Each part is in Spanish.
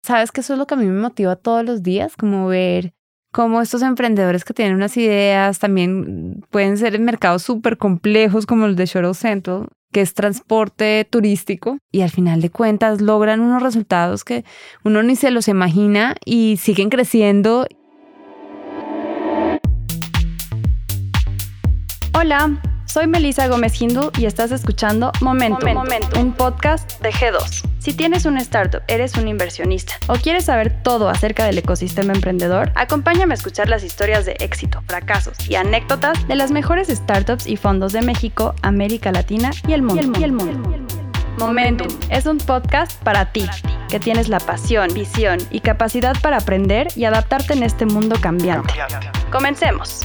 ¿Sabes que eso es lo que a mí me motiva todos los días? Como ver cómo estos emprendedores que tienen unas ideas también pueden ser en mercados súper complejos como el de Shuttle Central, que es transporte turístico, y al final de cuentas logran unos resultados que uno ni se los imagina y siguen creciendo. Hola, soy Melissa Gómez Hindú y estás escuchando Momentum, un podcast de G2. Si tienes una startup, eres un inversionista o quieres saber todo acerca del ecosistema emprendedor, acompáñame a escuchar las historias de éxito, fracasos y anécdotas de las mejores startups y fondos de México, América Latina y el mundo. Momentum es un podcast para ti, que tienes la pasión, visión y capacidad para aprender y adaptarte en este mundo cambiante. Comencemos.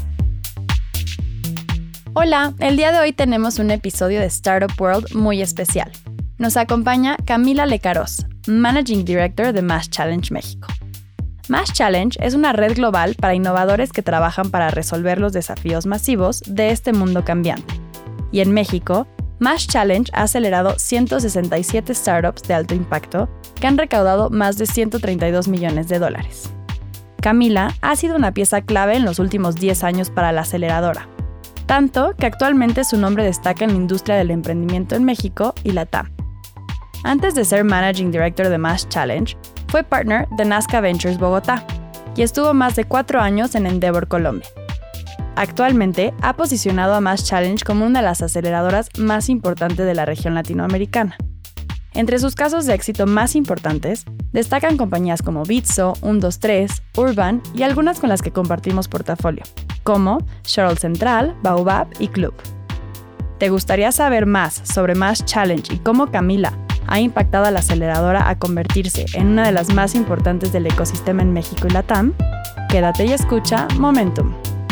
Hola, el día de hoy tenemos un episodio de Startup World muy especial. Nos acompaña Camila Lecaros, Managing Director de Mass Challenge México. Mass Challenge es una red global para innovadores que trabajan para resolver los desafíos masivos de este mundo cambiante. Y en México, Mass Challenge ha acelerado 167 startups de alto impacto que han recaudado más de $132 millones. Camila ha sido una pieza clave en los últimos 10 años para la aceleradora, tanto que actualmente su nombre destaca en la industria del emprendimiento en México y LATAM. Antes de ser Managing Director de Mass Challenge, fue partner de Nazca Ventures Bogotá y estuvo más de 4 años en Endeavor Colombia. Actualmente ha posicionado a Mass Challenge como una de las aceleradoras más importantes de la región latinoamericana. Entre sus casos de éxito más importantes, destacan compañías como Bitso, 123, Urban y algunas con las que compartimos portafolio, como Shuttle Central, Baobab y Club. ¿Te gustaría saber más sobre Mass Challenge y cómo Camila ha impactado a la aceleradora a convertirse en una de las más importantes del ecosistema en México y LATAM? Quédate y escucha Momentum.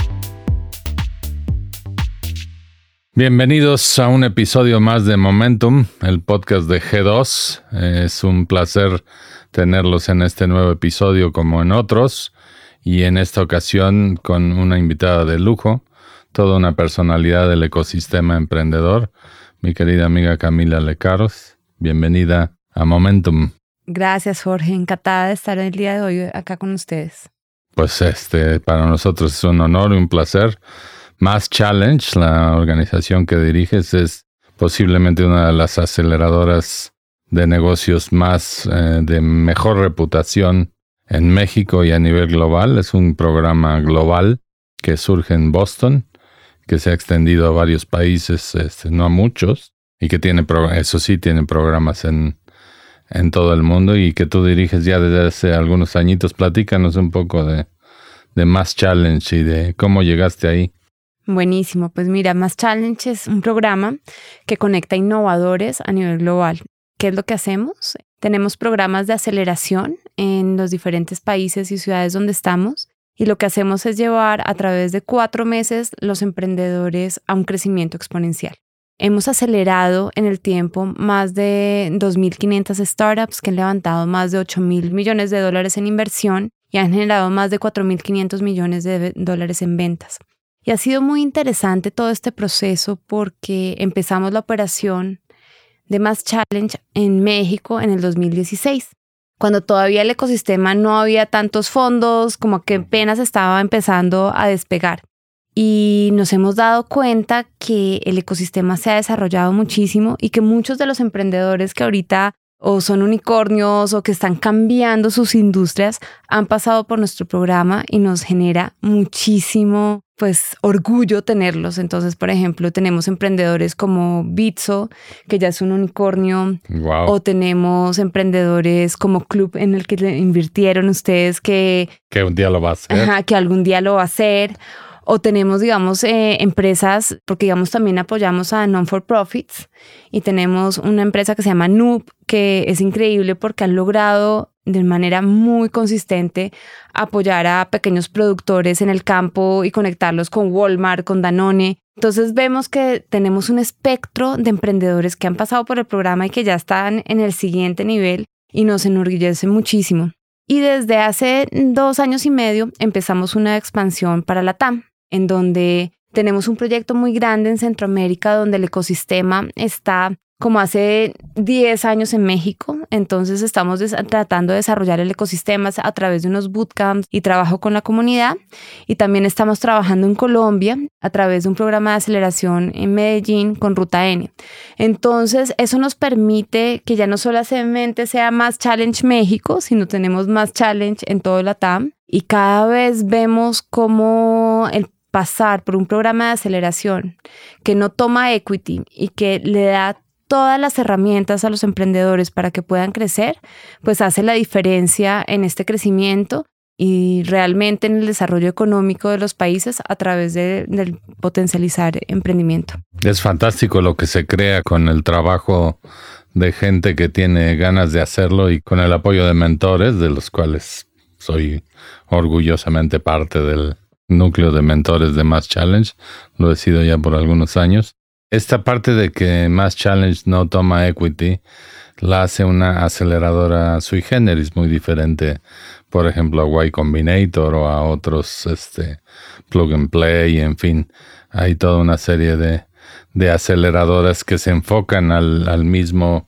Bienvenidos a un episodio más de Momentum, el podcast de G2. Es un placer tenerlos en este nuevo episodio como en otros, y en esta ocasión con una invitada de lujo, toda una personalidad del ecosistema emprendedor, mi querida amiga Camila Lecaros. Bienvenida a Momentum. Gracias, Jorge. Encantada de estar el día de hoy acá con ustedes. Pues para nosotros es un honor y un placer. Mass Challenge, la organización que diriges, es posiblemente una de las aceleradoras de negocios más de mejor reputación en México y a nivel global. Es un programa global que surge en Boston, que se ha extendido a varios países, no a muchos, y que tiene programas en todo el mundo, y que tú diriges ya desde hace algunos añitos. Platícanos un poco de Mass Challenge y de cómo llegaste ahí. Buenísimo. Pues mira, Mass Challenge es un programa que conecta innovadores a nivel global. ¿Qué es lo que hacemos? Tenemos programas de aceleración en los diferentes países y ciudades donde estamos, y lo que hacemos es llevar a través de 4 meses los emprendedores a un crecimiento exponencial. Hemos acelerado en el tiempo más de 2.500 startups que han levantado más de $8.000 millones en inversión y han generado más de $4.500 millones en ventas. Y ha sido muy interesante todo este proceso porque empezamos la operación de Mass Challenge en México en el 2016, cuando todavía el ecosistema no había tantos fondos, como que apenas estaba empezando a despegar. Y nos hemos dado cuenta que el ecosistema se ha desarrollado muchísimo y que muchos de los emprendedores que ahorita o son unicornios o que están cambiando sus industrias han pasado por nuestro programa, y nos genera muchísimo orgullo tenerlos. Entonces, por ejemplo, tenemos emprendedores como Bitso, que ya es un unicornio. Wow. O tenemos emprendedores como Club, en el que le invirtieron ustedes, que un día lo va a hacer. Que algún día lo va a hacer. O tenemos, empresas, porque, también apoyamos a non-for-profits, y tenemos una empresa que se llama Noob, que es increíble porque han logrado de manera muy consistente apoyar a pequeños productores en el campo y conectarlos con Walmart, con Danone. Entonces vemos que tenemos un espectro de emprendedores que han pasado por el programa y que ya están en el siguiente nivel, y nos enorgullece muchísimo. Y desde hace 2 años y medio empezamos una expansión para LATAM, en donde tenemos un proyecto muy grande en Centroamérica, donde el ecosistema está como hace 10 años en México. Entonces estamos tratando de desarrollar el ecosistema a través de unos bootcamps y trabajo con la comunidad. Y también estamos trabajando en Colombia a través de un programa de aceleración en Medellín con Ruta N. Entonces eso nos permite que ya no solamente sea Mass Challenge México, sino tenemos Mass Challenge en todo LATAM. Y cada vez vemos cómo el pasar por un programa de aceleración que no toma equity y que le da todas las herramientas a los emprendedores para que puedan crecer, pues hace la diferencia en este crecimiento y realmente en el desarrollo económico de los países a través del potencializar emprendimiento. Es fantástico lo que se crea con el trabajo de gente que tiene ganas de hacerlo y con el apoyo de mentores, de los cuales soy orgullosamente parte del núcleo de mentores de Mass Challenge. Lo he sido ya por algunos años. Esta parte de que Mass Challenge no toma equity la hace una aceleradora sui generis muy diferente, por ejemplo, a Y Combinator o a otros Plug and Play, en fin. Hay toda una serie de aceleradoras que se enfocan al mismo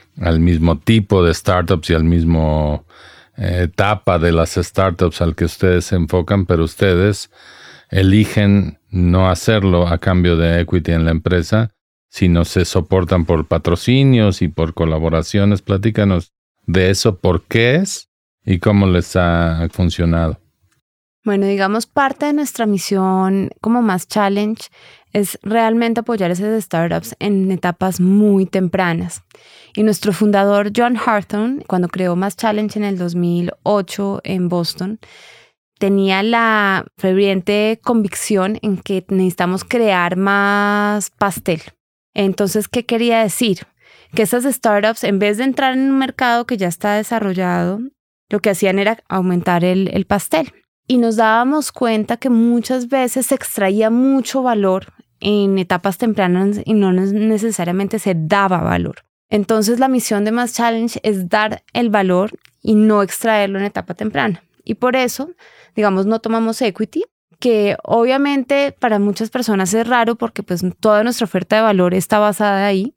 tipo de startups y al mismo etapa de las startups al que ustedes se enfocan, pero ustedes eligen no hacerlo a cambio de equity en la empresa, sino se soportan por patrocinios y por colaboraciones. Platícanos de eso, por qué es y cómo les ha funcionado. Bueno, digamos, parte de nuestra misión como Mass Challenge es realmente apoyar a esas startups en etapas muy tempranas. Y nuestro fundador, John Hawthorne, cuando creó Mass Challenge en el 2008 en Boston, tenía la ferviente convicción en que necesitamos crear más pastel. Entonces, ¿qué quería decir? Que esas startups, en vez de entrar en un mercado que ya está desarrollado, lo que hacían era aumentar el pastel. Y nos dábamos cuenta que muchas veces se extraía mucho valor en etapas tempranas y no necesariamente se daba valor. Entonces la misión de Mass Challenge es dar el valor y no extraerlo en etapa temprana. Y por eso, digamos, no tomamos equity, que obviamente para muchas personas es raro porque pues toda nuestra oferta de valor está basada ahí,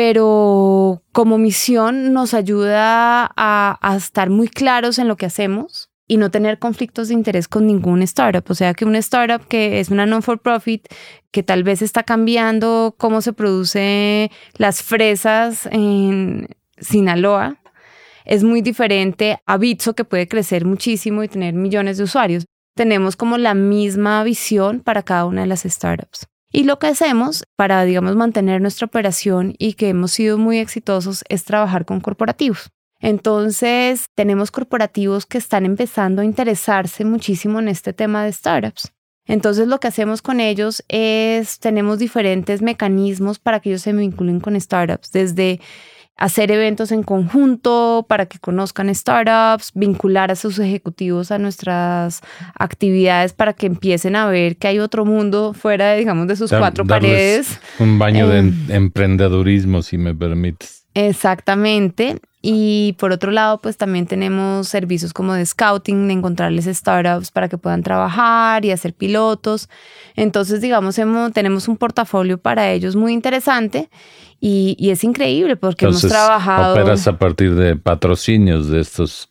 pero como misión nos ayuda a estar muy claros en lo que hacemos y no tener conflictos de interés con ningún startup. O sea, que una startup que es una non-for-profit, que tal vez está cambiando cómo se produce las fresas en Sinaloa, es muy diferente a Bitso, que puede crecer muchísimo y tener millones de usuarios. Tenemos como la misma visión para cada una de las startups. Y lo que hacemos para, digamos, mantener nuestra operación y que hemos sido muy exitosos es trabajar con corporativos. Entonces, tenemos corporativos que están empezando a interesarse muchísimo en este tema de startups. Entonces, lo que hacemos con ellos es, tenemos diferentes mecanismos para que ellos se vinculen con startups, desde hacer eventos en conjunto para que conozcan startups, vincular a sus ejecutivos a nuestras actividades para que empiecen a ver que hay otro mundo fuera de, digamos, de sus cuatro paredes. Un baño de emprendedurismo, si me permites. Exactamente. Y por otro lado, pues también tenemos servicios como de scouting, de encontrarles startups para que puedan trabajar y hacer pilotos. Entonces, digamos, tenemos un portafolio para ellos muy interesante y es increíble porque entonces, hemos trabajado... operas a partir de patrocinios de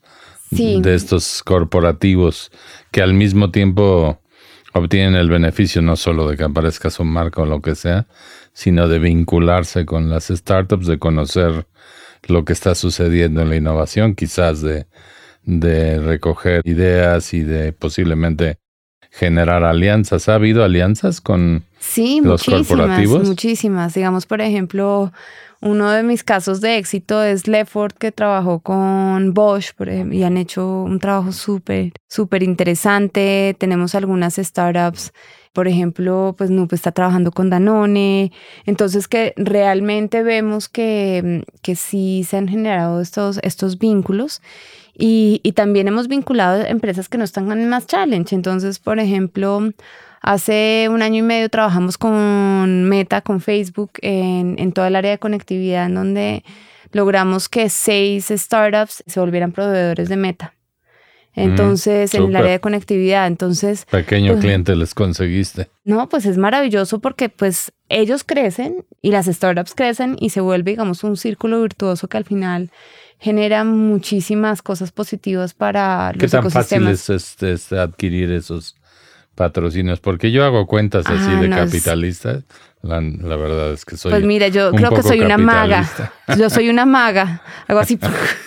estos corporativos que al mismo tiempo obtienen el beneficio no solo de que aparezca su marca o lo que sea, sino de vincularse con las startups, de conocer lo que está sucediendo en la innovación, quizás de recoger ideas y de posiblemente generar alianzas. ¿Ha habido alianzas con los corporativos? Sí, muchísimas. Digamos, por ejemplo, uno de mis casos de éxito es Lefford, que trabajó con Bosch, por ejemplo, y han hecho un trabajo súper interesante. Tenemos algunas startups. Por ejemplo, pues Nupe está trabajando con Danone. Entonces, que realmente vemos que sí se han generado estos vínculos. Y también hemos vinculado empresas que no están en Mass Challenge. Entonces, por ejemplo, hace 1 año y medio trabajamos con Meta, con Facebook, en toda el área de conectividad, en donde logramos que 6 startups se volvieran proveedores de Meta. Entonces, en el área de conectividad. Entonces, pequeño cliente les conseguiste. No, pues es maravilloso porque pues ellos crecen y las startups crecen y se vuelve, digamos, un círculo virtuoso que al final genera muchísimas cosas positivas para los ecosistemas. ¿Qué tan fácil es adquirir esos patrocinios? Porque yo hago cuentas así de capitalistas. La verdad es que soy Pues mira, yo creo que soy una maga. Yo soy una maga. Algo así.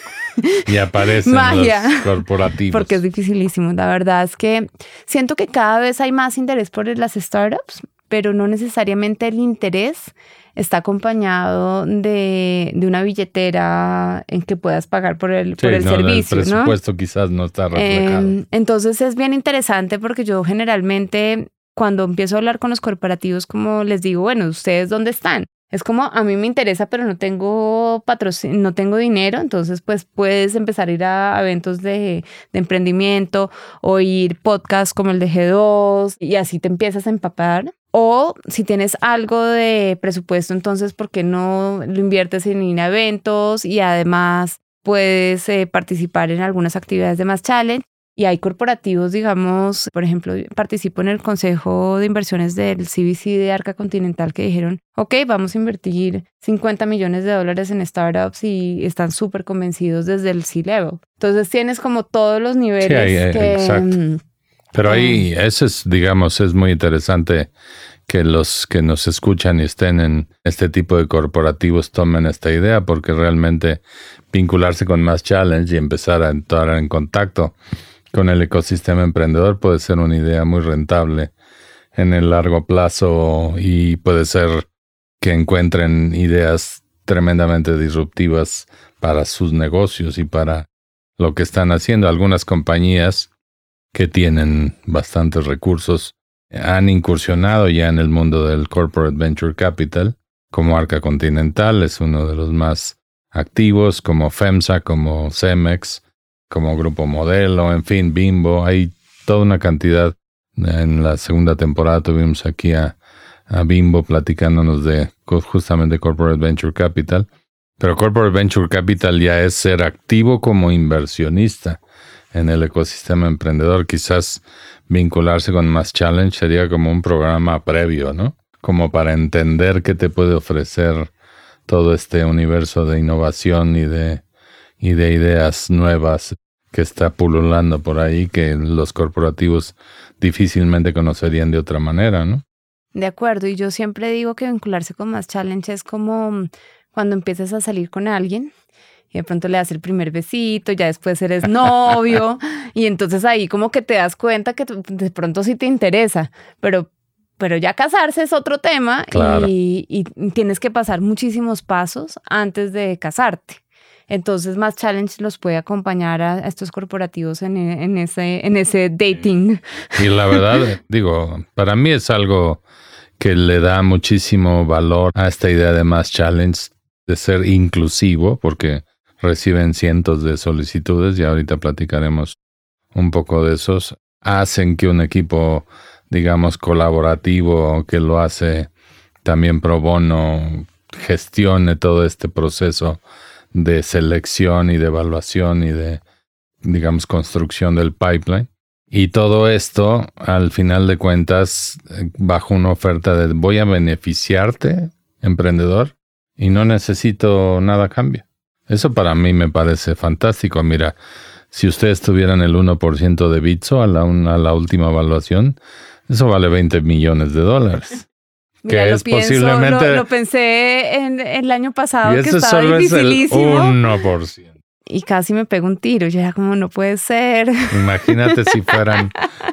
Y aparecen magia. Los corporativos. Porque es dificilísimo. La verdad es que siento que cada vez hay más interés por las startups, pero no necesariamente el interés está acompañado de una billetera en que puedas pagar por el servicio. El presupuesto quizás no está reflejado. Entonces es bien interesante porque yo generalmente cuando empiezo a hablar con los corporativos, como les digo, bueno, ¿ustedes dónde están? Es como, a mí me interesa, pero no tengo patrocinio, no tengo dinero, entonces pues puedes empezar a ir a eventos de emprendimiento, oír podcasts como el de G2 y así te empiezas a empapar. O si tienes algo de presupuesto, entonces ¿por qué no lo inviertes en ir a eventos y además puedes participar en algunas actividades de Mass Challenge? Y hay corporativos, digamos, por ejemplo, participo en el Consejo de Inversiones del CVC de Arca Continental que dijeron, ok, vamos a invertir $50 millones en startups y están súper convencidos desde el C-Level. Entonces tienes como todos los niveles exacto. Pero ahí, eso es, digamos, es muy interesante que los que nos escuchan y estén en este tipo de corporativos tomen esta idea, porque realmente vincularse con Mass Challenge y empezar a entrar en contacto con el ecosistema emprendedor puede ser una idea muy rentable en el largo plazo y puede ser que encuentren ideas tremendamente disruptivas para sus negocios y para lo que están haciendo. Algunas compañías que tienen bastantes recursos han incursionado ya en el mundo del Corporate Venture Capital, como Arca Continental es uno de los más activos, como FEMSA, como Cemex, como Grupo Modelo, en fin, Bimbo. Hay toda una cantidad. En la segunda temporada tuvimos aquí a Bimbo platicándonos de justamente Corporate Venture Capital. Pero Corporate Venture Capital ya es ser activo como inversionista en el ecosistema emprendedor. Quizás vincularse con Mass Challenge sería como un programa previo, ¿no? Como para entender qué te puede ofrecer todo este universo de innovación y de ideas nuevas que está pululando por ahí, que los corporativos difícilmente conocerían de otra manera, ¿no? De acuerdo, y yo siempre digo que vincularse con Mass Challenge es como cuando empiezas a salir con alguien y de pronto le das el primer besito, ya después eres novio y entonces ahí como que te das cuenta que de pronto sí te interesa, pero ya casarse es otro tema. Claro. Y tienes que pasar muchísimos pasos antes de casarte. Entonces, Mass Challenge los puede acompañar a estos corporativos en ese dating. Y la verdad, digo, para mí es algo que le da muchísimo valor a esta idea de Mass Challenge, de ser inclusivo, porque reciben cientos de solicitudes y ahorita platicaremos un poco de esos. Hacen que un equipo, digamos, colaborativo, que lo hace también pro bono, gestione todo este proceso de selección y de evaluación y de, digamos, construcción del pipeline. Y todo esto, al final de cuentas, bajo una oferta de voy a beneficiarte, emprendedor, y no necesito nada a cambio. Eso para mí me parece fantástico. Mira, si ustedes tuvieran el 1% de Bitso a la última evaluación, eso vale $20 millones. Mira, que es posiblemente... Lo pensé el año pasado, que estaba dificilísimo. Es el 1%. Y casi me pego un tiro. Yo era como, no puede ser. Imagínate si fueran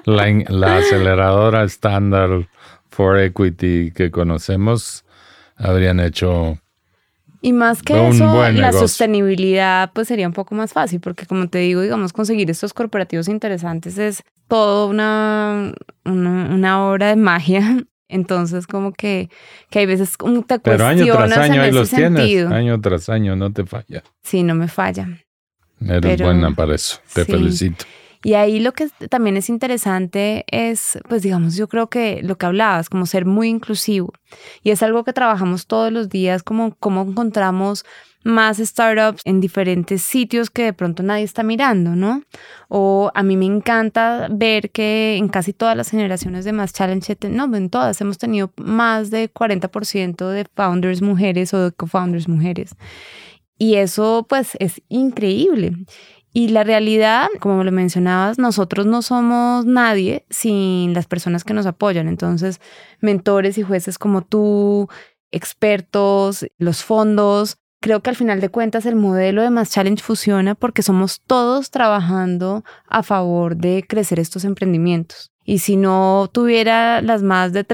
la aceleradora estándar for equity que conocemos, habrían hecho... Y más que eso, la sostenibilidad pues sería un poco más fácil, porque como te digo, digamos, conseguir estos corporativos interesantes es todo una obra de magia. Entonces, como que hay veces como te cuestionas. Pero año tras año ahí los sentido. Tienes. Año tras año no te falla. Sí, no me falla. Eres buena para eso. Te felicito. Y ahí lo que también es interesante es, pues digamos, yo creo que lo que hablabas, como ser muy inclusivo. Y es algo que trabajamos todos los días, como cómo encontramos más startups en diferentes sitios que de pronto nadie está mirando, ¿no? O a mí me encanta ver que en casi todas las generaciones de Mass Challenge, no, en todas hemos tenido más de 40% de founders mujeres o de co-founders mujeres. Y eso pues es increíble. Y la realidad, como lo mencionabas, nosotros no somos nadie sin las personas que nos apoyan. Entonces, mentores y jueces como tú, expertos, los fondos. Creo que al final de cuentas el modelo de Mass Challenge funciona porque somos todos trabajando a favor de crecer estos emprendimientos. Y si no tuviera las más de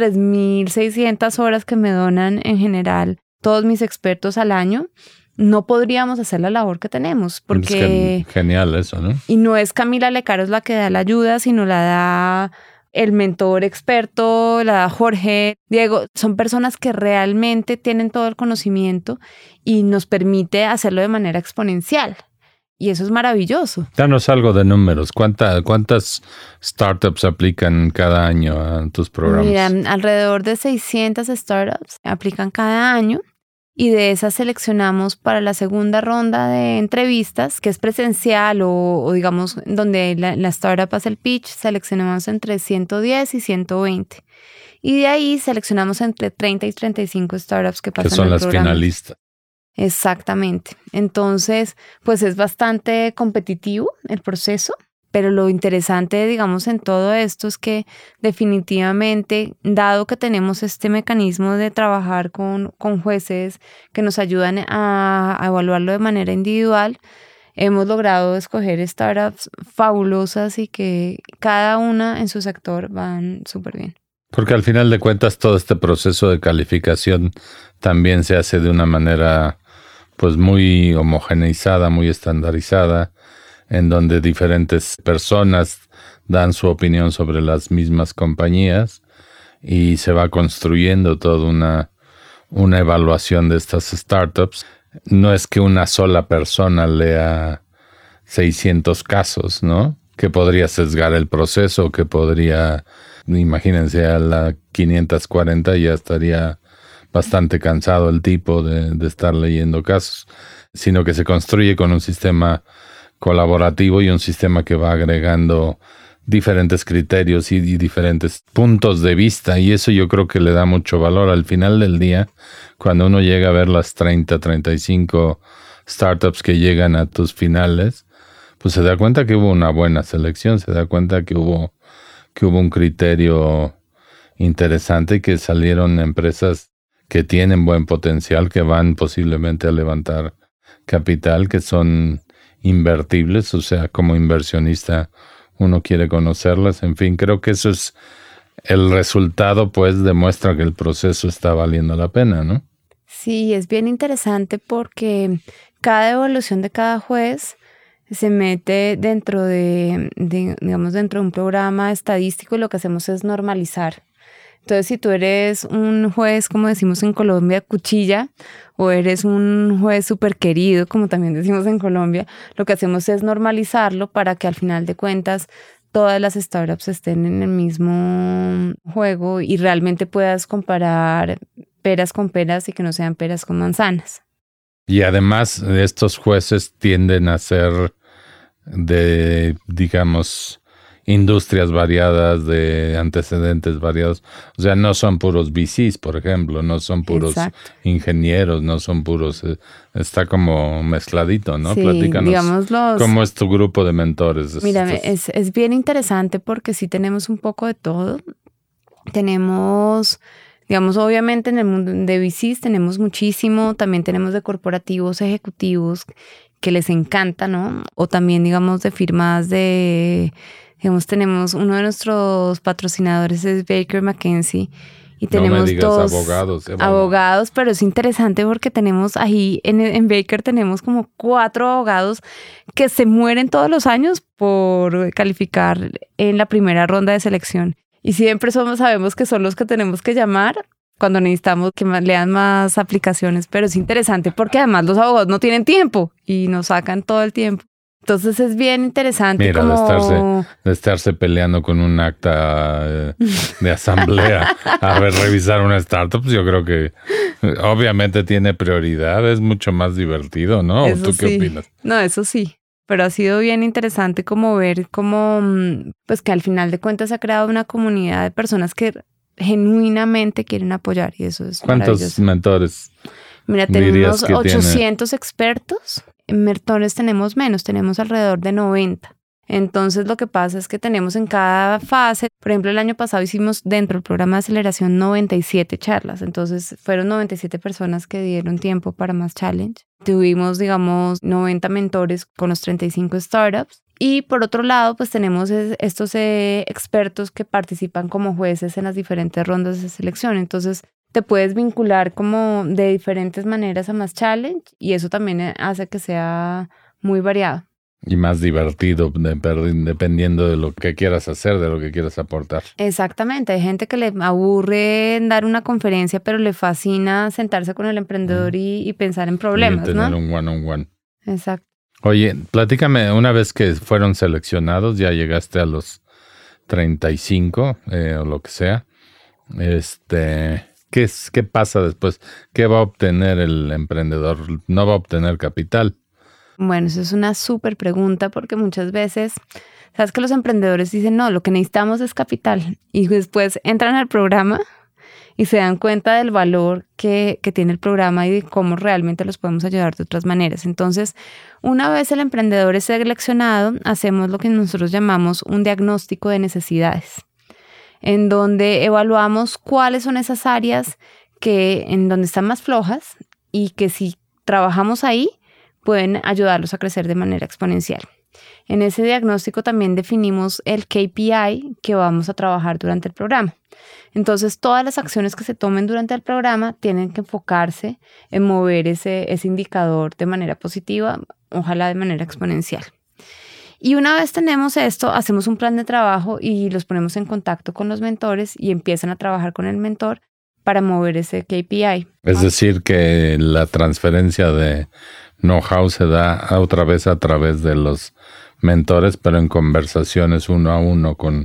3.600 horas que me donan en general todos mis expertos al año, no podríamos hacer la labor que tenemos. Porque es genial eso, ¿no? Y no es Camila Lecaros la que da la ayuda, sino la da el mentor experto, la da Jorge, Diego. Son personas que realmente tienen todo el conocimiento y nos permite hacerlo de manera exponencial. Y eso es maravilloso. Danos algo de números. ¿Cuántas startups aplican cada año a tus programas? Mira, alrededor de 600 startups aplican cada año. Y de esas seleccionamos para la segunda ronda de entrevistas, que es presencial o digamos, donde la startup hace el pitch, seleccionamos entre 110 y 120. Y de ahí seleccionamos entre 30 y 35 startups que pasan el programa. Que son las finalistas. Exactamente. Entonces, pues es bastante competitivo el proceso. Pero lo interesante, digamos, en todo esto es que definitivamente, dado que tenemos este mecanismo de trabajar con jueces que nos ayudan a evaluarlo de manera individual, hemos logrado escoger startups fabulosas y que cada una en su sector van súper bien. Porque al final de cuentas todo este proceso de calificación también se hace de una manera pues muy homogeneizada, muy estandarizada, en donde diferentes personas dan su opinión sobre las mismas compañías y se va construyendo toda una evaluación de estas startups. No es que una sola persona lea 600 casos, ¿no? Que podría sesgar el proceso, que podría, imagínense, a la 540 ya estaría bastante cansado el tipo de estar leyendo casos, sino que se construye con un sistema colaborativo y un sistema que va agregando diferentes criterios y diferentes puntos de vista, y eso yo creo que le da mucho valor. Al final del día, cuando uno llega a ver las 30, 35 startups que llegan a tus finales, pues se da cuenta que hubo una buena selección, se da cuenta que hubo un criterio interesante y que salieron empresas que tienen buen potencial, que van posiblemente a levantar capital, que son invertibles, o sea, como inversionista uno quiere conocerlas. En fin, creo que eso es el resultado, pues demuestra que el proceso está valiendo la pena, ¿no? Sí, es bien interesante porque cada evaluación de cada juez se mete dentro digamos, dentro de un programa estadístico, y lo que hacemos es normalizar. Entonces, si tú eres un juez, como decimos en Colombia, cuchilla, o eres un juez súper querido, como también decimos en Colombia, lo que hacemos es normalizarlo para que al final de cuentas todas las startups estén en el mismo juego y realmente puedas comparar peras con peras y que no sean peras con manzanas. Y además estos jueces tienden a ser de, digamos, industrias variadas, de antecedentes variados. O sea, no son puros VCs, por ejemplo, no son puros ingenieros, no son puros... está como mezcladito, ¿no? Sí, platícanos, digamos ¿cómo es tu grupo de mentores? Mira, es bien interesante porque sí tenemos un poco de todo. Tenemos, digamos, obviamente en el mundo de VCs tenemos muchísimo, también tenemos de corporativos ejecutivos que les encanta, ¿no? O también, digamos, de firmas de... Digamos, tenemos uno de nuestros patrocinadores es Baker McKenzie y tenemos no me digas dos abogados, pero es interesante porque tenemos ahí en Baker tenemos como 4 abogados que se mueren todos los años por calificar en la primera ronda de selección. Y siempre sabemos que son los que tenemos que llamar cuando necesitamos que lean más aplicaciones, pero es interesante porque además los abogados no tienen tiempo y nos sacan todo el tiempo. Entonces es bien interesante. Mira, como... de estarse peleando con un acta de asamblea a ver, revisar una startup, yo creo que obviamente tiene prioridad, es mucho más divertido, ¿no? Eso ¿Tú sí. qué opinas? No, eso sí. Pero ha sido bien interesante como ver cómo, pues que al final de cuentas se ha creado una comunidad de personas que genuinamente quieren apoyar y eso es ¿Cuántos maravilloso. mentores? Mira, dirías tenemos que 800 expertos. En mentores tenemos menos, tenemos alrededor de 90. Entonces lo que pasa es que tenemos en cada fase, por ejemplo el año pasado hicimos dentro del programa de aceleración 97 charlas, entonces fueron 97 personas que dieron tiempo para Mass Challenge. Tuvimos, digamos, 90 mentores con los 35 startups. Y por otro lado, pues tenemos estos expertos que participan como jueces en las diferentes rondas de selección. Entonces te puedes vincular como de diferentes maneras a Mass Challenge y eso también hace que sea muy variado. Y más divertido, dependiendo de lo que quieras hacer, de lo que quieras aportar. Exactamente, hay gente que le aburre dar una conferencia, pero le fascina sentarse con el emprendedor y pensar en problemas, y tener ¿no? un one-on-one. Exacto. Oye, platícame, una vez que fueron seleccionados, ya llegaste a los 35 o lo que sea, ¿qué pasa después? ¿Qué va a obtener el emprendedor? No va a obtener capital. Bueno, eso es una súper pregunta porque muchas veces, sabes que los emprendedores dicen, no, lo que necesitamos es capital y después entran al programa y se dan cuenta del valor que tiene el programa y de cómo realmente los podemos ayudar de otras maneras. Entonces, una vez el emprendedor es seleccionado, hacemos lo que nosotros llamamos un diagnóstico de necesidades, en donde evaluamos cuáles son esas áreas en donde están más flojas y que si trabajamos ahí, pueden ayudarlos a crecer de manera exponencial. En ese diagnóstico también definimos el KPI que vamos a trabajar durante el programa. Entonces, todas las acciones que se tomen durante el programa tienen que enfocarse en mover ese indicador de manera positiva, ojalá de manera exponencial. Y una vez tenemos esto, hacemos un plan de trabajo y los ponemos en contacto con los mentores y empiezan a trabajar con el mentor para mover ese KPI. Es decir, que la transferencia de know-how se da otra vez a través de los mentores, pero en conversaciones uno a uno con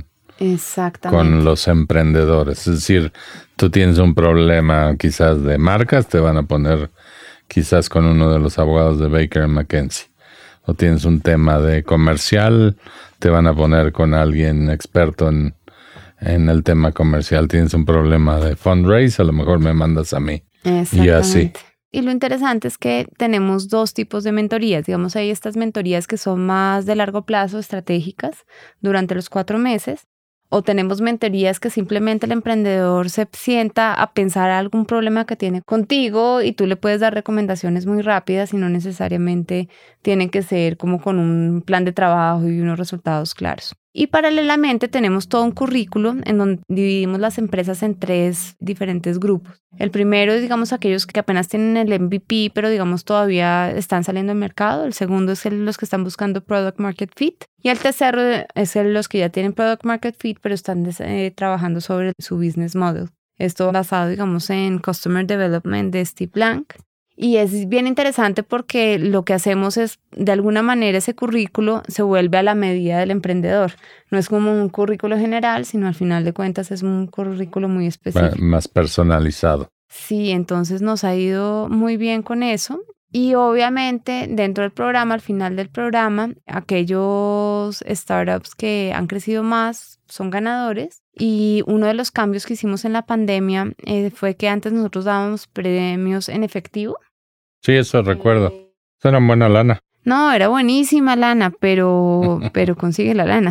los emprendedores. Es decir, tú tienes un problema quizás de marcas, te van a poner quizás con uno de los abogados de Baker & McKenzie. O tienes un tema de comercial, te van a poner con alguien experto en el tema comercial. Tienes un problema de fundraise, a lo mejor me mandas a mí. Y así. Y lo interesante es que tenemos dos tipos de mentorías. Digamos, hay estas mentorías que son más de largo plazo, estratégicas, durante los 4 meses. O tenemos mentorías que simplemente el emprendedor se sienta a pensar algún problema que tiene contigo y tú le puedes dar recomendaciones muy rápidas y no necesariamente tienen que ser como con un plan de trabajo y unos resultados claros. Y paralelamente tenemos todo un currículo en donde dividimos las empresas en 3 diferentes grupos. El primero es, digamos, aquellos que apenas tienen el MVP, pero, digamos, todavía están saliendo al mercado. El segundo es los que están buscando Product Market Fit. Y el tercero es los que ya tienen Product Market Fit, pero están trabajando sobre su business model. Esto basado, digamos, en Customer Development de Steve Blank. Y es bien interesante porque lo que hacemos es, de alguna manera, ese currículo se vuelve a la medida del emprendedor. No es como un currículo general, sino al final de cuentas es un currículo muy específico. Más personalizado. Sí, entonces nos ha ido muy bien con eso. Y obviamente dentro del programa, al final del programa, aquellos startups que han crecido más son ganadores. Y uno de los cambios que hicimos en la pandemia fue que antes nosotros dábamos premios en efectivo. Sí, eso recuerdo. Eso era buena lana. No, era buenísima lana, pero consigue la lana.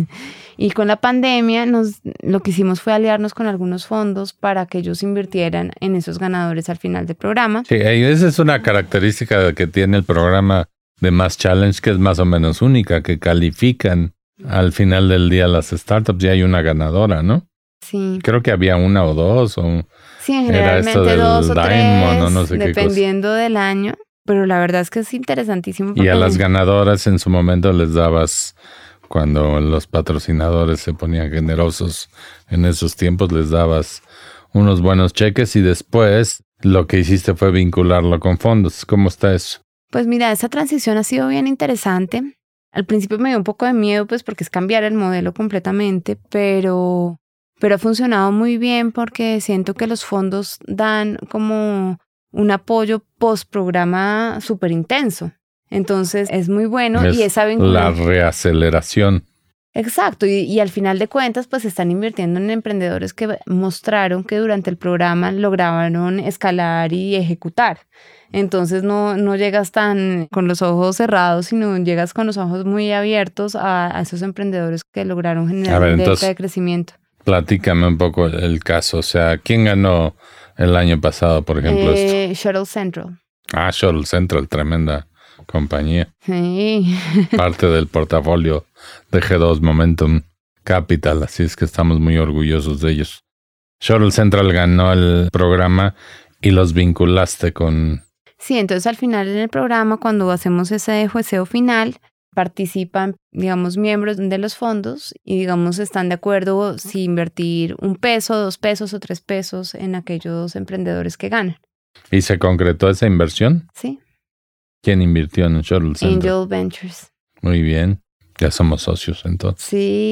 Y con la pandemia lo que hicimos fue aliarnos con algunos fondos para que ellos invirtieran en esos ganadores al final del programa. Sí, esa es una característica que tiene el programa de Mass Challenge, que es más o menos única, que califican al final del día las startups y hay una ganadora, ¿no? Sí. Creo que había 1 o 2 o... Sí, generalmente era esto del 2 o 3, Diamond, o no sé dependiendo del año. Pero la verdad es que es interesantísimo. Y a las ganadoras en su momento les dabas, cuando los patrocinadores se ponían generosos en esos tiempos, les dabas unos buenos cheques y después lo que hiciste fue vincularlo con fondos. ¿Cómo está eso? Pues mira, esa transición ha sido bien interesante. Al principio me dio un poco de miedo, pues porque es cambiar el modelo completamente, pero ha funcionado muy bien porque siento que los fondos dan como un apoyo post-programa súper intenso. Entonces es muy bueno y esa la reaceleración. Exacto, y al final de cuentas pues están invirtiendo en emprendedores que mostraron que durante el programa lograron escalar y ejecutar. Entonces no llegas tan con los ojos cerrados, sino llegas con los ojos muy abiertos a esos emprendedores que lograron generar un delta de crecimiento. Platícame un poco el caso, o sea, ¿quién ganó el año pasado, por ejemplo? Shuttle Central. Shuttle Central, tremenda compañía. Sí. Parte del portafolio de G2 Momentum Capital, así es que estamos muy orgullosos de ellos. Shuttle Central ganó el programa y los vinculaste con... Sí, entonces al final en el programa, cuando hacemos ese jueceo final, participan, digamos, miembros de los fondos y, digamos, están de acuerdo si invertir $1, $2 o $3 en aquellos emprendedores que ganan. ¿Y se concretó esa inversión? Sí. ¿Quién invirtió en Shuttle Central? Angel Ventures. Muy bien. Ya somos socios entonces.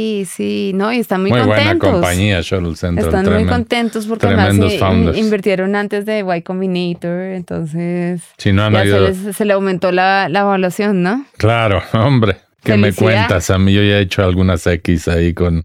Sí. No, y están muy contentos. Muy buena compañía Shuttle Central. Están muy contentos porque además invirtieron antes de Y Combinator, entonces si no se le aumentó la evaluación, ¿no? Claro, hombre. ¿Qué me cuentas? A mí yo ya he hecho algunas X ahí con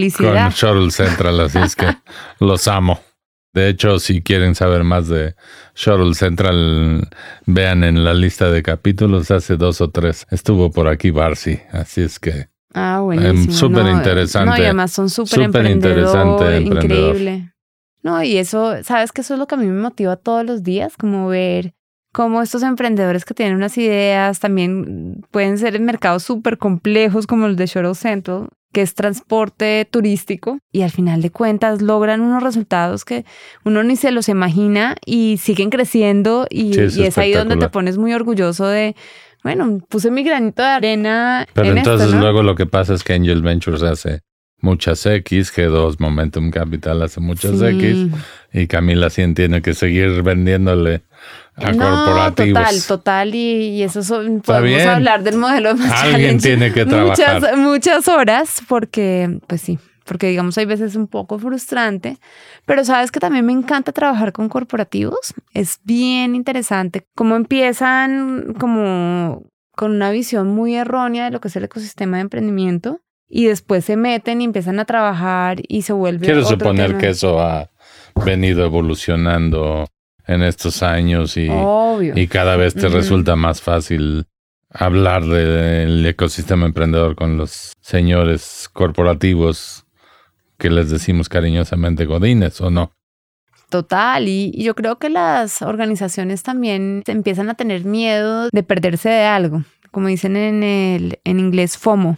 Shuttle Central, así es que los amo. De hecho, si quieren saber más de Shuttle Central, vean en la lista de capítulos, hace 2 o 3 estuvo por aquí Barsi, así es que... buenísimo. Súper interesante. No, y además son súper interesante increíble. No, y eso, ¿sabes qué? Eso es lo que a mí me motiva todos los días, como ver cómo estos emprendedores que tienen unas ideas también pueden ser en mercados súper complejos como el de Shuttle Central, que es transporte turístico, y al final de cuentas logran unos resultados que uno ni se los imagina y siguen creciendo y es ahí donde te pones muy orgulloso de, bueno, puse mi granito de arena. Pero entonces esto, ¿no? Luego lo que pasa es que Angel Ventures hace muchas X, G2 Momentum Capital hace muchas X, y Camila sí tiene que seguir vendiéndole a corporativos. Total, y eso podemos hablar del modelo de Mass Challenge. Alguien tiene que trabajar. Muchas horas, porque, pues sí, porque digamos hay veces un poco frustrante, pero sabes que también me encanta trabajar con corporativos. Es bien interesante cómo empiezan como con una visión muy errónea de lo que es el ecosistema de emprendimiento y después se meten y empiezan a trabajar y se vuelve Quiero otro suponer tema. que eso ha venido evolucionando en estos años y cada vez te resulta más fácil hablar del ecosistema emprendedor con los señores corporativos que les decimos cariñosamente godines, ¿o no? Total, y yo creo que las organizaciones también empiezan a tener miedo de perderse de algo, como dicen en inglés FOMO,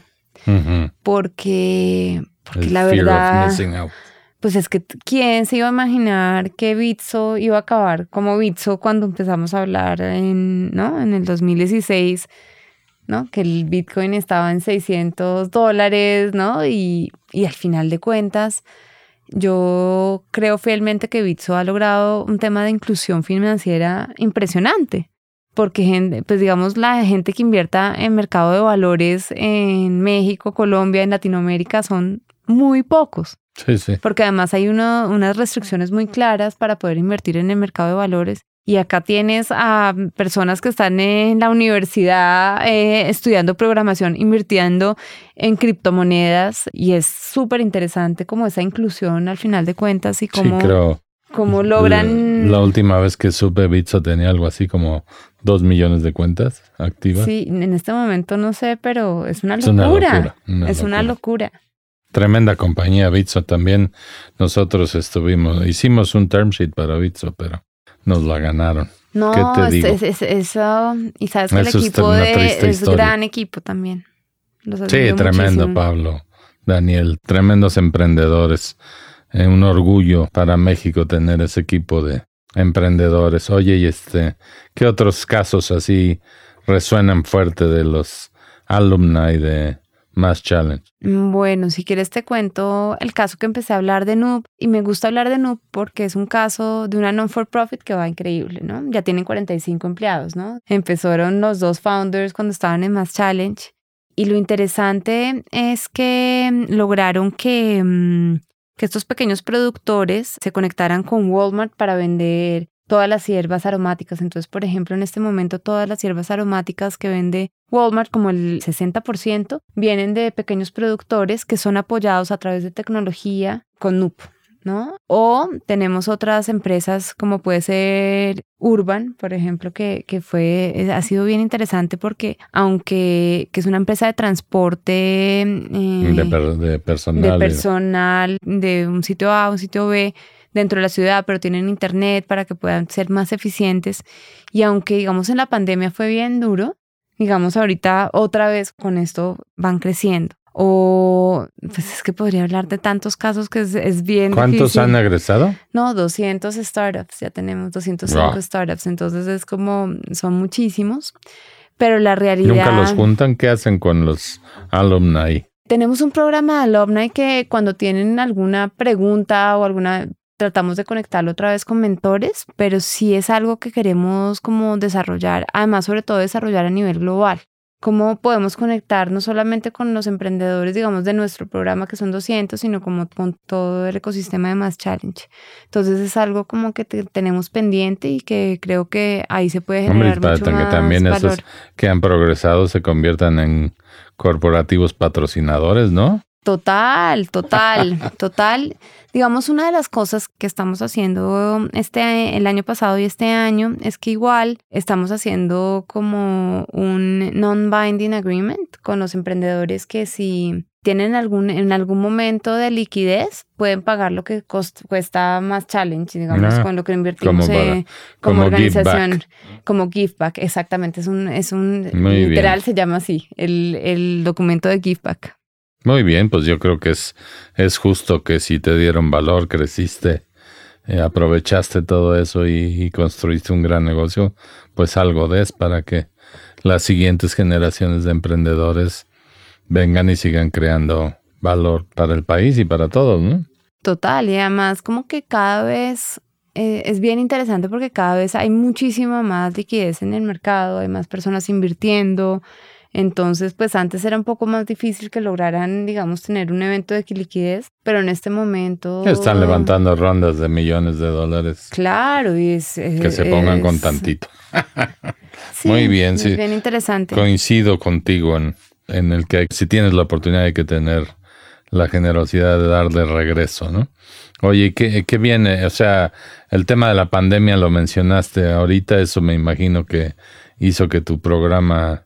porque la verdad, pues es que ¿quién se iba a imaginar que Bitso iba a acabar como Bitso cuando empezamos a hablar en el 2016, ¿no? Que el Bitcoin estaba en $600, ¿no? Y al final de cuentas, yo creo fielmente que Bitso ha logrado un tema de inclusión financiera impresionante. Porque, pues digamos, la gente que invierta en mercado de valores en México, Colombia, en Latinoamérica son muy pocos. Sí. Porque además hay unas restricciones muy claras para poder invertir en el mercado de valores. Y acá tienes a personas que están en la universidad estudiando programación, invirtiendo en criptomonedas. Y es súper interesante como esa inclusión al final de cuentas y cómo logran... La última vez que supe, Bitso tenía algo así como 2 millones de cuentas activas. Sí, en este momento no sé, pero es una locura. Una locura. Tremenda compañía Bitso también. Nosotros hicimos un term sheet para Bitso, pero nos la ganaron. No, ¿qué te digo? Eso, y sabes que el equipo es gran equipo también. Sí, tremendo, muchísimo. Pablo, Daniel, tremendos emprendedores. Un orgullo para México tener ese equipo de emprendedores. Oye, y ¿qué otros casos así resuenan fuerte de los alumni de Mass Challenge? Bueno, si quieres te cuento el caso que empecé a hablar de Noob, y me gusta hablar de Noob porque es un caso de una non-for-profit que va increíble, ¿no? Ya tienen 45 empleados, ¿no? Empezaron los 2 founders cuando estaban en Mass Challenge Y lo interesante es que lograron que estos pequeños productores se conectaran con Walmart para vender todas las hierbas aromáticas. Entonces, por ejemplo, en este momento todas las hierbas aromáticas que vende Walmart, como el 60%, vienen de pequeños productores que son apoyados a través de tecnología con Nup, ¿no? O tenemos otras empresas como puede ser Urban, por ejemplo, que ha sido bien interesante porque aunque que es una empresa de transporte de personal de un sitio A a un sitio B dentro de la ciudad, pero tienen internet para que puedan ser más eficientes. Y aunque, digamos, en la pandemia fue bien duro, digamos, ahorita otra vez con esto van creciendo. O, pues es que podría hablar de tantos casos que es bien ¿Cuántos difícil. han egresado? No, 200 startups, ya tenemos 205 startups, entonces es como, son muchísimos, pero la realidad... ¿Nunca los juntan? ¿Qué hacen con los alumni? Tenemos un programa de alumni que cuando tienen alguna pregunta o tratamos de conectarlo otra vez con mentores, pero sí es algo que queremos como desarrollar, además sobre todo desarrollar a nivel global. Cómo podemos conectar no solamente con los emprendedores, digamos, de nuestro programa, que son 200, sino como con todo el ecosistema de Mass Challenge. Entonces es algo como que tenemos pendiente y que creo que ahí se puede generar mucho más que también valor. Esos que han progresado se conviertan en corporativos patrocinadores, ¿no? Total. Digamos, una de las cosas que estamos haciendo el año pasado y este año es que igual estamos haciendo como un non-binding agreement con los emprendedores que si tienen en algún momento de liquidez pueden pagar lo que cuesta Mass Challenge, digamos, con lo que invertimos como organización, como give back. Exactamente, es un literal bien. Se llama así, el documento de give back. Muy bien, pues yo creo que es justo que si te dieron valor, creciste, aprovechaste todo eso y construiste un gran negocio, pues algo des para que las siguientes generaciones de emprendedores vengan y sigan creando valor para el país y para todos, ¿no? Total, y además como que cada vez es bien interesante porque cada vez hay muchísima más liquidez en el mercado, hay más personas invirtiendo. Entonces, pues antes era un poco más difícil que lograran, digamos, tener un evento de liquidez, pero en este momento... Están levantando rondas de millones de dólares. Claro, y que se pongan con tantito. Sí, muy bien, sí. Es bien interesante. Coincido contigo en el que si tienes la oportunidad hay que tener la generosidad de darle regreso, ¿no? Oye, ¿qué viene? O sea, el tema de la pandemia lo mencionaste ahorita, eso me imagino que hizo que tu programa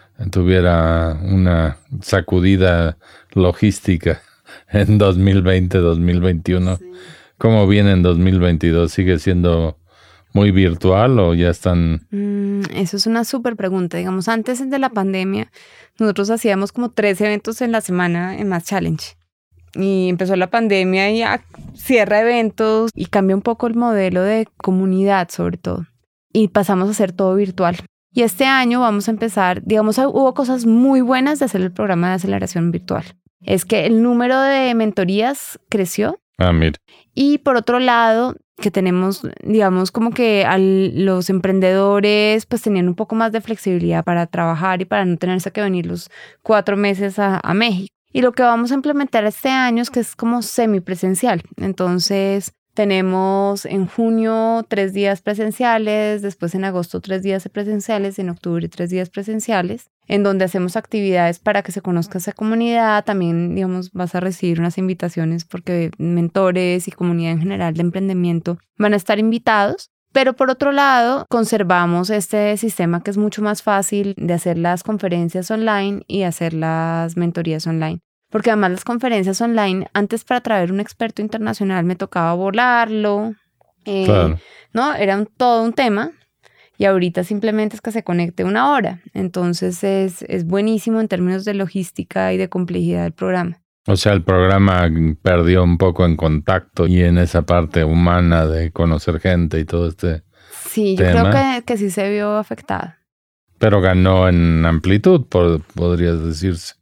tuviera una sacudida logística en 2020, 2021. Sí. ¿Cómo viene en 2022? ¿Sigue siendo muy virtual o ya están...? Eso es una súper pregunta. Digamos, antes de la pandemia, nosotros hacíamos como 3 eventos en la semana en Mass Challenge. Y empezó la pandemia y cierra eventos y cambia un poco el modelo de comunidad, sobre todo. Y pasamos a hacer todo virtual. Y este año vamos a empezar, digamos, hubo cosas muy buenas de hacer el programa de aceleración virtual. Es que el número de mentorías creció. Mira. Y por otro lado, que tenemos, digamos, como que los emprendedores pues tenían un poco más de flexibilidad para trabajar y para no tenerse que venir los 4 meses a México. Y lo que vamos a implementar este año es que es como semipresencial. Entonces... tenemos en junio 3 días presenciales, después en agosto 3 días presenciales, en octubre 3 días presenciales, en donde hacemos actividades para que se conozca esa comunidad. También, digamos, vas a recibir unas invitaciones porque mentores y comunidad en general de emprendimiento van a estar invitados. Pero por otro lado, conservamos este sistema que es mucho más fácil de hacer las conferencias online y hacer las mentorías online. Porque además las conferencias online, antes para traer un experto internacional me tocaba volarlo, claro. ¿no? Era todo un tema y ahorita simplemente es que se conecte 1 hora. Entonces es buenísimo en términos de logística y de complejidad del programa. O sea, el programa perdió un poco en contacto y en esa parte humana de conocer gente y todo este Sí, tema. Yo creo que sí se vio afectado. Pero ganó en amplitud, podrías decirse.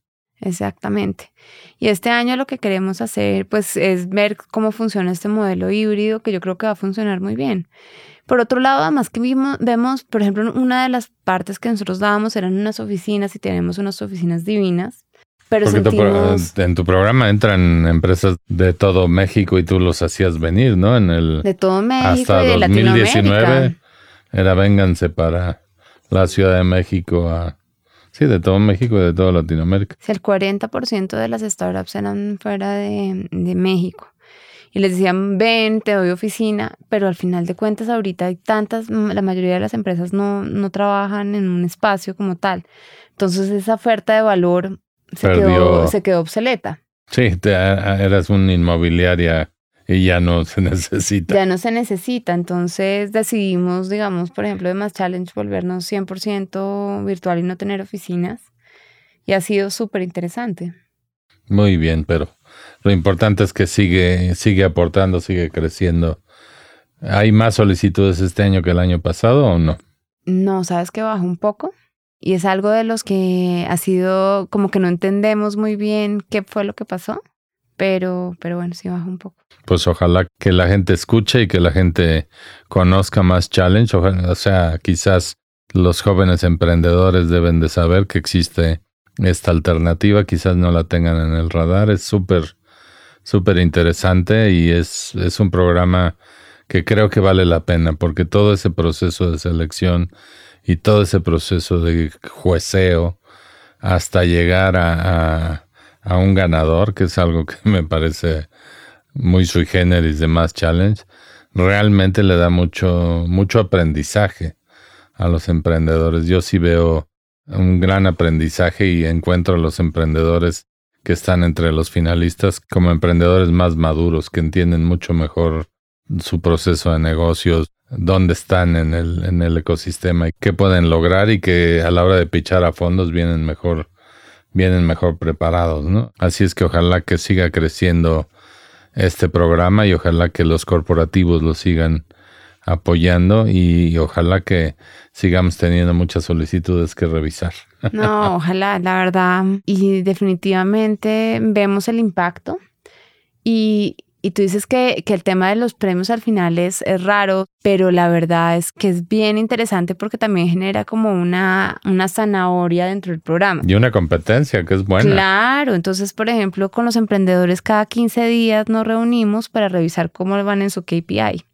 Exactamente. Y este año lo que queremos hacer pues es ver cómo funciona este modelo híbrido, que yo creo que va a funcionar muy bien. Por otro lado, además que vemos, por ejemplo, una de las partes que nosotros dábamos eran unas oficinas y tenemos unas oficinas divinas, pero Porque sentimos... en tu programa entran empresas de todo México y tú los hacías venir, ¿no? De todo México hasta y de 2019 Latinoamérica. era vénganse para la Ciudad de México sí, de todo México y de toda Latinoamérica. Si el 40% de las startups eran fuera de México. Y les decían, ven, te doy oficina, pero al final de cuentas ahorita hay la mayoría de las empresas no trabajan en un espacio como tal. Entonces esa oferta de valor se quedó obsoleta. Sí, eras una inmobiliaria y ya no se necesita. Ya no se necesita, entonces decidimos, digamos, por ejemplo, de Más Challenge volvernos 100% virtual y no tener oficinas. Y ha sido súper interesante. Muy bien, pero lo importante es que sigue aportando, sigue creciendo. ¿Hay más solicitudes este año que el año pasado o no? No, ¿sabes que bajó un poco? Y es algo de los que ha sido como que no entendemos muy bien qué fue lo que pasó, pero bueno, sí bajó un poco. Pues ojalá que la gente escuche y que la gente conozca Más Challenge. O sea, quizás los jóvenes emprendedores deben de saber que existe esta alternativa, quizás no la tengan en el radar. Es súper interesante y es un programa que creo que vale la pena porque todo ese proceso de selección y todo ese proceso de jueceo hasta llegar a un ganador, que es algo que me parece muy sui generis de Más Challenge, realmente le da mucho aprendizaje a los emprendedores. Yo sí veo un gran aprendizaje y encuentro a los emprendedores que están entre los finalistas como emprendedores más maduros, que entienden mucho mejor su proceso de negocios, dónde están en el ecosistema y qué pueden lograr, y que a la hora de pichar a fondos vienen mejor preparados, ¿no? Así es que ojalá que siga creciendo este programa y ojalá que los corporativos lo sigan apoyando y ojalá que sigamos teniendo muchas solicitudes que revisar. No, ojalá, la verdad. Y definitivamente vemos el impacto. Y tú dices que el tema de los premios al final es raro, pero la verdad es que es bien interesante porque también genera como una zanahoria dentro del programa. Y una competencia que es buena. Claro, entonces, por ejemplo, con los emprendedores cada 15 días nos reunimos para revisar cómo van en su KPI.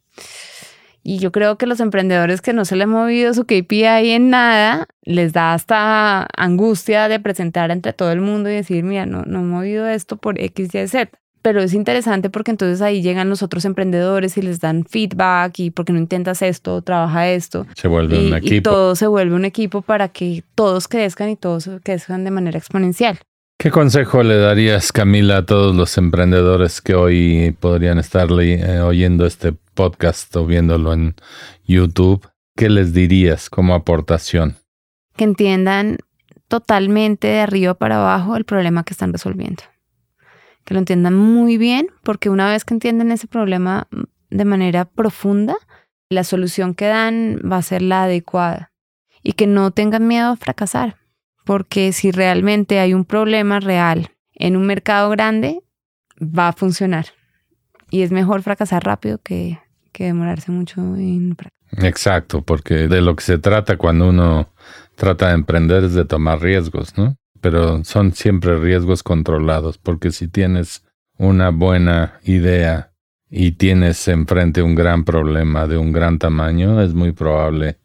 Y yo creo que los emprendedores que no se les ha movido su KPI en nada, les da hasta angustia de presentar entre todo el mundo y decir, mira, no he movido esto por X, Y, Z. Pero es interesante porque entonces ahí llegan los otros emprendedores y les dan feedback y porque no intentas esto, trabaja esto. Se vuelve un equipo. Y todo se vuelve un equipo para que todos crezcan y todos crezcan de manera exponencial. ¿Qué consejo le darías, Camila, a todos los emprendedores que hoy podrían estar oyendo este podcast o viéndolo en YouTube? ¿Qué les dirías como aportación? Que entiendan totalmente de arriba para abajo el problema que están resolviendo. Que lo entiendan muy bien, porque una vez que entienden ese problema de manera profunda, la solución que dan va a ser la adecuada. Y que no tengan miedo a fracasar, porque si realmente hay un problema real en un mercado grande, va a funcionar. Y es mejor fracasar rápido que demorarse mucho en fracasar. Exacto, porque de lo que se trata cuando uno trata de emprender es de tomar riesgos, ¿no? Pero son siempre riesgos controlados, porque si tienes una buena idea y tienes enfrente un gran problema de un gran tamaño, es muy probable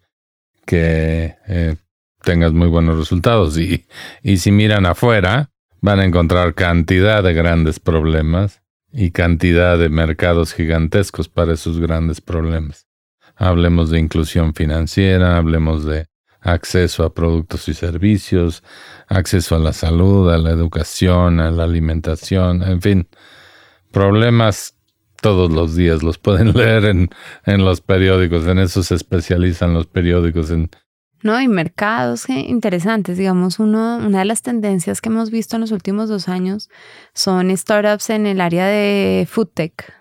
que tengas muy buenos resultados. Y si miran afuera, van a encontrar cantidad de grandes problemas y cantidad de mercados gigantescos para esos grandes problemas. Hablemos de inclusión financiera, hablemos de acceso a productos y servicios, acceso a la salud, a la educación, a la alimentación, en fin, problemas todos los días, los pueden leer en los periódicos, en eso se especializan los periódicos. No, y mercados interesantes, digamos, una de las tendencias que hemos visto en los últimos 2 años son startups en el área de food tech.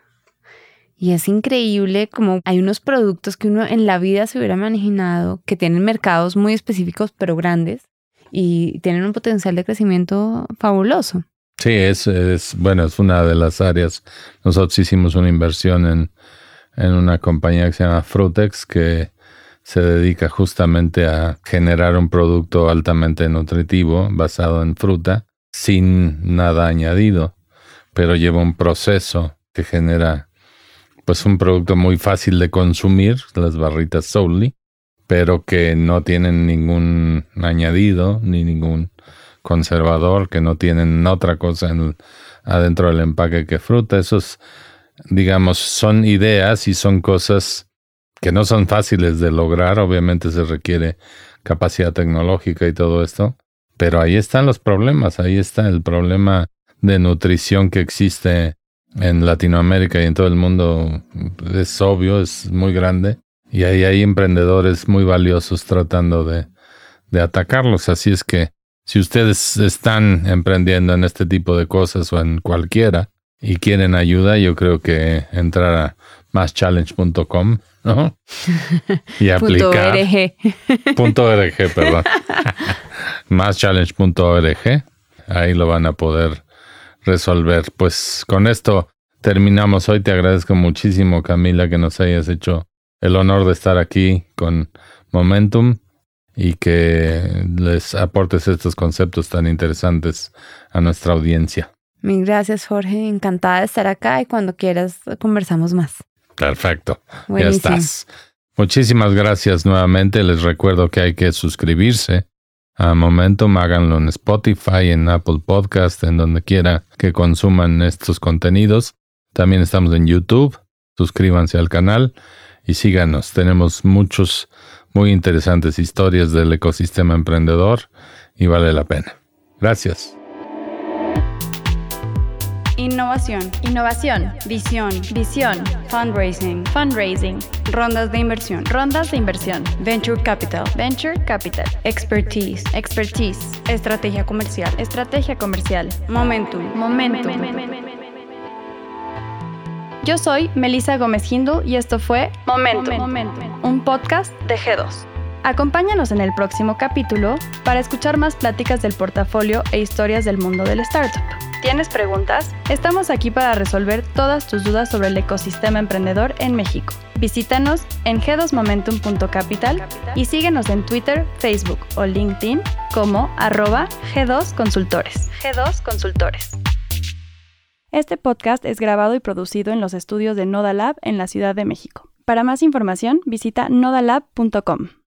Y es increíble como hay unos productos que uno en la vida se hubiera imaginado que tienen mercados muy específicos pero grandes y tienen un potencial de crecimiento fabuloso. Sí, es una de las áreas. Nosotros hicimos una inversión en una compañía que se llama Frutex, que se dedica justamente a generar un producto altamente nutritivo basado en fruta, sin nada añadido, pero lleva un proceso que genera pues un producto muy fácil de consumir, las barritas Soully, pero que no tienen ningún añadido ni ningún conservador, que no tienen otra cosa adentro del empaque que fruta. Esos, digamos, son ideas y son cosas que no son fáciles de lograr. Obviamente se requiere capacidad tecnológica y todo esto, pero ahí están los problemas. Ahí está el problema de nutrición que existe en Latinoamérica y en todo el mundo. Es obvio, es muy grande, y ahí hay emprendedores muy valiosos tratando de atacarlos. Así es que si ustedes están emprendiendo en este tipo de cosas o en cualquiera y quieren ayuda, yo creo que entrar a masschallenge.com, ¿no? Y aplicar. .org, perdón. masschallenge.org. Ahí lo van a poder resolver. Pues con esto terminamos hoy. Te agradezco muchísimo, Camila, que nos hayas hecho el honor de estar aquí con Momentum y que les aportes estos conceptos tan interesantes a nuestra audiencia. Mil gracias, Jorge. Encantada de estar acá y cuando quieras conversamos más. Perfecto. Buenísimo. Ya estás. Muchísimas gracias nuevamente. Les recuerdo que hay que suscribirse a Momentum. Háganlo en Spotify, en Apple Podcast, en donde quiera que consuman estos contenidos. También estamos en YouTube. Suscríbanse al canal y síganos. Tenemos muchos muy interesantes historias del ecosistema emprendedor y vale la pena. Gracias. Innovación, visión, fundraising, rondas de inversión, venture capital, expertise, estrategia comercial, momentum. Yo soy Melissa Gómez Hindú y esto fue Momentum, un podcast de G2. Acompáñanos en el próximo capítulo para escuchar más pláticas del portafolio e historias del mundo del startup. ¿Tienes preguntas? Estamos aquí para resolver todas tus dudas sobre el ecosistema emprendedor en México. Visítanos en g2momentum.capital y síguenos en Twitter, Facebook o LinkedIn como @G2Consultores. Este podcast es grabado y producido en los estudios de Nodalab en la Ciudad de México. Para más información, visita nodalab.com.